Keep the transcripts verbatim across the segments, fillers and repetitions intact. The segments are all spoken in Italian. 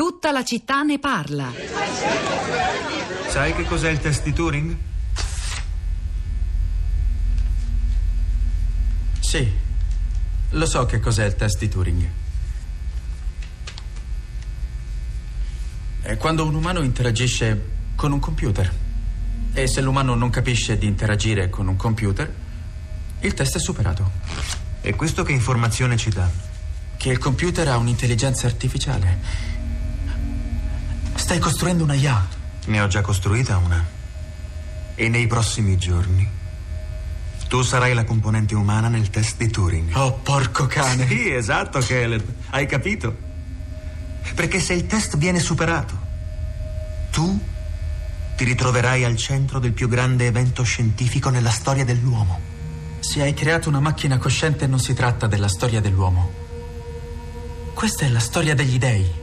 Tutta la città ne parla. Sai che cos'è il test di Turing? Sì, lo so che cos'è il test di Turing. È quando un umano interagisce con un computer. E se l'umano non capisce di interagire con un computer, il test è superato. E questo che informazione ci dà? Che il computer ha un'intelligenza artificiale. Stai costruendo una I A. Ne ho già costruita una. E nei prossimi giorni tu sarai la componente umana nel test di Turing. Oh, porco cane. Sì, esatto, Caleb. Hai capito? Perché se il test viene superato, tu ti ritroverai al centro del più grande evento scientifico nella storia dell'uomo. Se hai creato una macchina cosciente, non si tratta della storia dell'uomo. Questa è la storia degli dei.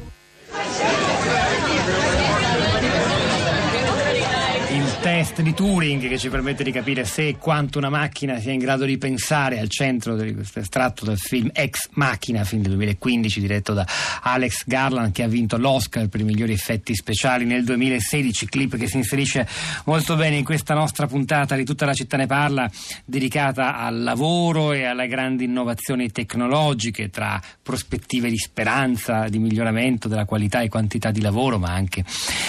Il test di Turing, che ci permette di capire se e quanto una macchina sia in grado di pensare, al centro di questo estratto dal film Ex Machina, film del duemilaquindici diretto da Alex Garland, che ha vinto l'Oscar per i migliori effetti speciali nel duemilasedici, clip che si inserisce molto bene in questa nostra puntata di Tutta la città ne parla, dedicata al lavoro e alle grandi innovazioni tecnologiche, tra prospettive di speranza, di miglioramento della qualità e quantità di lavoro, ma anche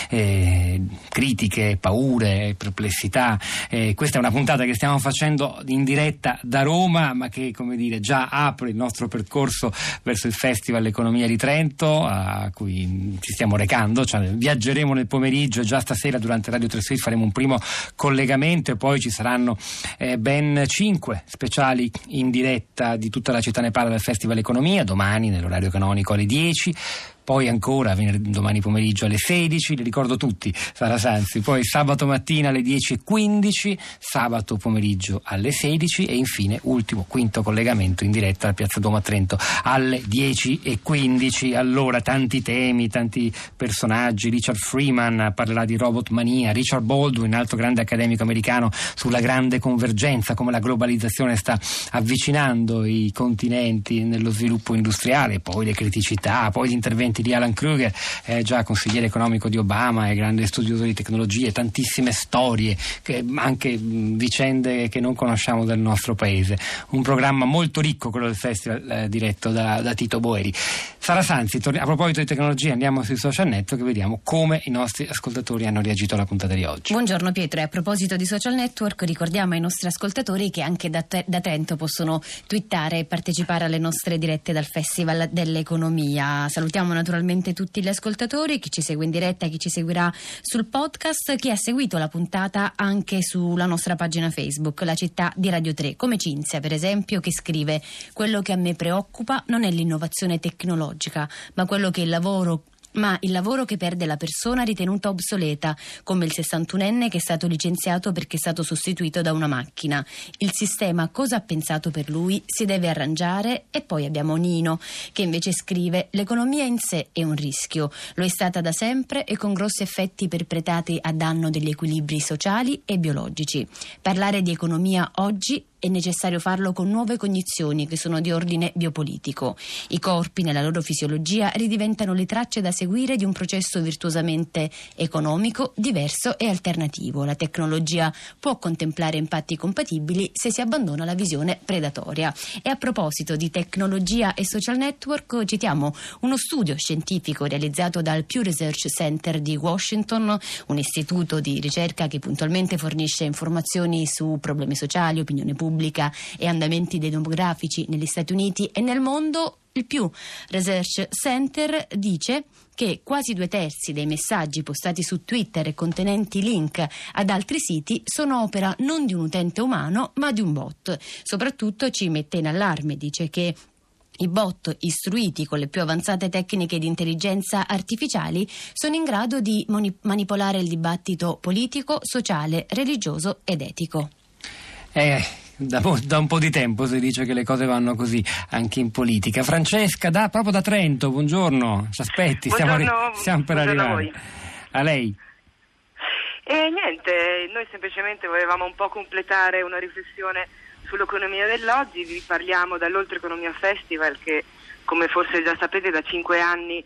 eh, critiche, paure, perplessità. Eh, questa è una puntata che stiamo facendo in diretta da Roma, ma che, come dire, già apre il nostro percorso verso il Festival Economia di Trento, a cui ci stiamo recando. Cioè, viaggeremo nel pomeriggio, già stasera durante Radio tre Suite faremo un primo collegamento, e poi ci saranno eh, ben cinque speciali in diretta di Tutta la città ne parla del Festival Economia, domani nell'orario canonico alle dieci. Poi ancora venerdì, domani pomeriggio alle sedici, li ricordo tutti, Sara Sanzi, poi sabato mattina alle dieci e quindici, sabato pomeriggio alle sedici e infine ultimo, quinto collegamento in diretta a Piazza Duomo a Trento alle dieci e quindici. Allora, tanti temi, tanti personaggi. Richard Freeman parlerà di robot mania, Richard Baldwin, altro grande accademico americano, sulla grande convergenza, come la globalizzazione sta avvicinando i continenti nello sviluppo industriale, poi le criticità, poi gli interventi di Alan Kruger, eh, già consigliere economico di Obama e grande studioso di tecnologie, tantissime storie, che, anche mh, vicende che non conosciamo del nostro paese. Un programma molto ricco, quello del festival, eh, diretto da, da Tito Boeri. Sara Sanzi, torni- a proposito di tecnologia, andiamo sui social network e vediamo come i nostri ascoltatori hanno reagito alla puntata di oggi. Buongiorno Pietro, e a proposito di social network ricordiamo ai nostri ascoltatori che anche da, te- da Trento possono twittare e partecipare alle nostre dirette dal Festival dell'Economia. Salutiamo naturalmente tutti gli ascoltatori, chi ci segue in diretta, chi ci seguirà sul podcast, chi ha seguito la puntata anche sulla nostra pagina Facebook, La Città di Radio tre, come Cinzia per esempio, che scrive: quello che a me preoccupa non è l'innovazione tecnologica, ma quello che il lavoro ma il lavoro che perde la persona ritenuta obsoleta, come il sessantunenne che è stato licenziato perché è stato sostituito da una macchina. Il sistema cosa ha pensato per lui? Si deve arrangiare. E poi abbiamo Nino che invece scrive: l'economia in sé è un rischio, lo è stata da sempre e con grossi effetti perpetrati a danno degli equilibri sociali e biologici. Parlare di economia oggi è necessario farlo con nuove cognizioni che sono di ordine biopolitico. I corpi nella loro fisiologia ridiventano le tracce da seguire di un processo virtuosamente economico, diverso e alternativo. La tecnologia può contemplare impatti compatibili se si abbandona la visione predatoria. E a proposito di tecnologia e social network, citiamo uno studio scientifico realizzato dal Pew Research Center di Washington, un istituto di ricerca che puntualmente fornisce informazioni su problemi sociali, opinione pubblica e andamenti demografici negli Stati Uniti e nel mondo. Il Pew Research Center dice che quasi due terzi dei messaggi postati su Twitter e contenenti link ad altri siti sono opera non di un utente umano ma di un bot. Soprattutto ci mette in allarme, dice che i bot istruiti con le più avanzate tecniche di intelligenza artificiali sono in grado di moni- manipolare il dibattito politico, sociale, religioso ed etico. Eh... Da, da un po' di tempo si dice che le cose vanno così anche in politica. Francesca, da, proprio da Trento, buongiorno, ci aspetti, stiamo, buongiorno, stiamo per arrivare. A, voi. A lei. E niente, noi semplicemente volevamo un po' completare una riflessione sull'economia dell'oggi. Vi parliamo dall'Oltre Economia Festival che, come forse già sapete, da cinque anni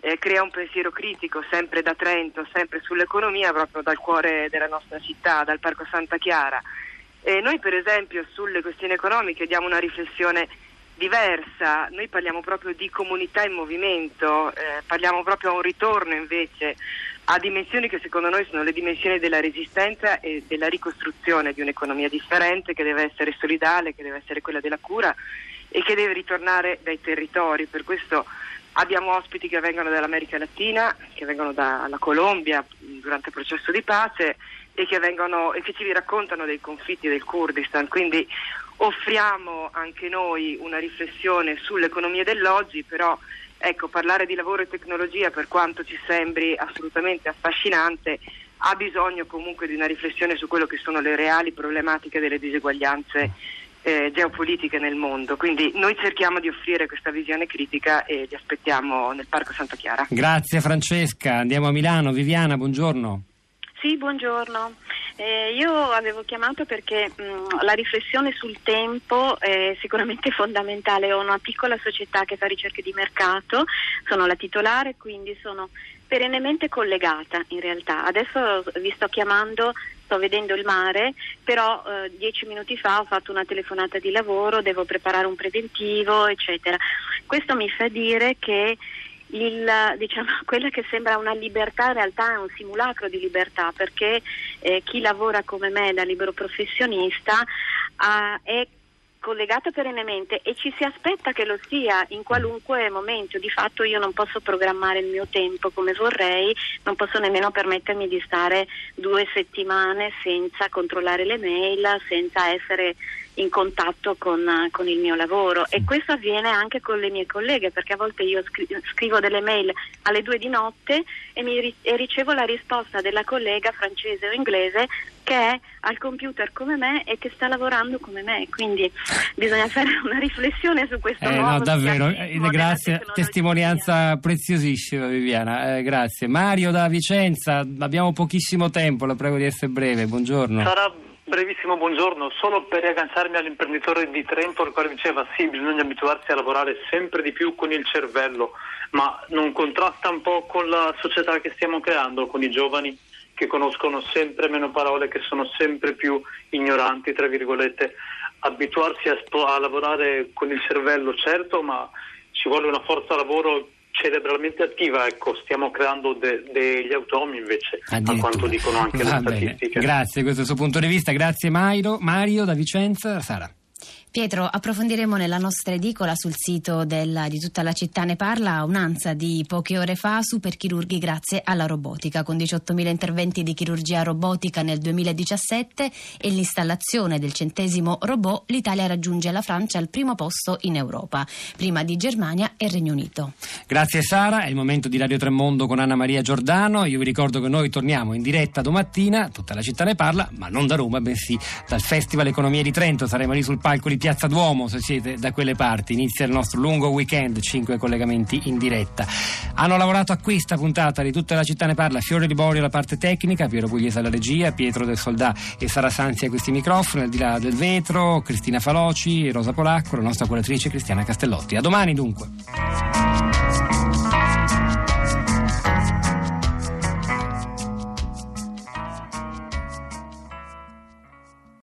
eh, crea un pensiero critico sempre da Trento, sempre sull'economia, proprio dal cuore della nostra città, dal Parco Santa Chiara. E noi per esempio sulle questioni economiche diamo una riflessione diversa, noi parliamo proprio di comunità in movimento, eh, parliamo proprio a un ritorno invece a dimensioni che secondo noi sono le dimensioni della resistenza e della ricostruzione di un'economia differente, che deve essere solidale, che deve essere quella della cura e che deve ritornare dai territori. Per questo abbiamo ospiti che vengono dall'America Latina, che vengono dalla Colombia durante il processo di pace e che vengono e che ci raccontano dei conflitti del Kurdistan, quindi offriamo anche noi una riflessione sull'economia dell'oggi, però ecco, parlare di lavoro e tecnologia, per quanto ci sembri assolutamente affascinante, ha bisogno comunque di una riflessione su quello che sono le reali problematiche delle diseguaglianze eh, geopolitiche nel mondo. Quindi noi cerchiamo di offrire questa visione critica e li aspettiamo nel Parco Santa Chiara. Grazie Francesca, andiamo a Milano. Viviana, buongiorno. Sì, buongiorno. Eh, io avevo chiamato perché mh, la riflessione sul tempo è sicuramente fondamentale. Ho una piccola società che fa ricerche di mercato, sono la titolare, quindi sono perennemente collegata in realtà. Adesso vi sto chiamando, sto vedendo il mare, però eh, dieci minuti fa ho fatto una telefonata di lavoro, devo preparare un preventivo, eccetera. Questo mi fa dire che Il, diciamo, quella che sembra una libertà in realtà è un simulacro di libertà, perché eh, chi lavora come me da libero professionista ah, è collegata perennemente e ci si aspetta che lo sia in qualunque momento. Di fatto io non posso programmare il mio tempo come vorrei, non posso nemmeno permettermi di stare due settimane senza controllare le mail, senza essere in contatto con, con il mio lavoro, e questo avviene anche con le mie colleghe, perché a volte io scri- scrivo delle mail alle due di notte e, mi ri- e ricevo la risposta della collega francese o inglese che è al computer come me e che sta lavorando come me, quindi bisogna fare una riflessione su questo eh, nuovo no, davvero, eh, grazie, testimonianza preziosissima Viviana, eh, grazie. Mario da Vicenza, abbiamo pochissimo tempo, la prego di essere breve, buongiorno. Sarà brevissimo, buongiorno, solo per riagganciarmi all'imprenditore di Trento, il quale diceva sì, bisogna abituarsi a lavorare sempre di più con il cervello, ma non contrasta un po' con la società che stiamo creando, con i giovani che conoscono sempre meno parole, che sono sempre più ignoranti, tra virgolette. Abituarsi a, a lavorare con il cervello, certo, ma ci vuole una forza lavoro cerebralmente attiva, ecco, stiamo creando de- degli automi invece, a quanto dicono anche Va le bene. statistiche. Grazie, questo è il suo punto di vista, grazie Mario, Mario da Vicenza. Sara. Pietro, approfondiremo nella nostra edicola sul sito della, di Tutta la città ne parla un'ansa di poche ore fa superchirurghi grazie alla robotica, con diciottomila interventi di chirurgia robotica nel duemiladiciassette e l'installazione del centesimo robot, l'Italia raggiunge la Francia al primo posto in Europa, prima di Germania e Regno Unito. Grazie Sara, è il momento di Radio Tremondo con Anna Maria Giordano. Io vi ricordo che noi torniamo in diretta domattina, Tutta la città ne parla, ma non da Roma, bensì dal Festival Economia di Trento. Saremo lì sul palco di Piazza Duomo, se siete da quelle parti. Inizia il nostro lungo weekend, cinque collegamenti in diretta. Hanno lavorato a questa puntata di Tutta la città ne parla Fiore Liborio alla parte tecnica, Piero Pugliese alla regia, Pietro del Soldà e Sara Sanzi a questi microfoni, al di là del vetro Cristina Faloci, Rosa Polacco, la nostra curatrice Cristiana Castellotti. A domani dunque.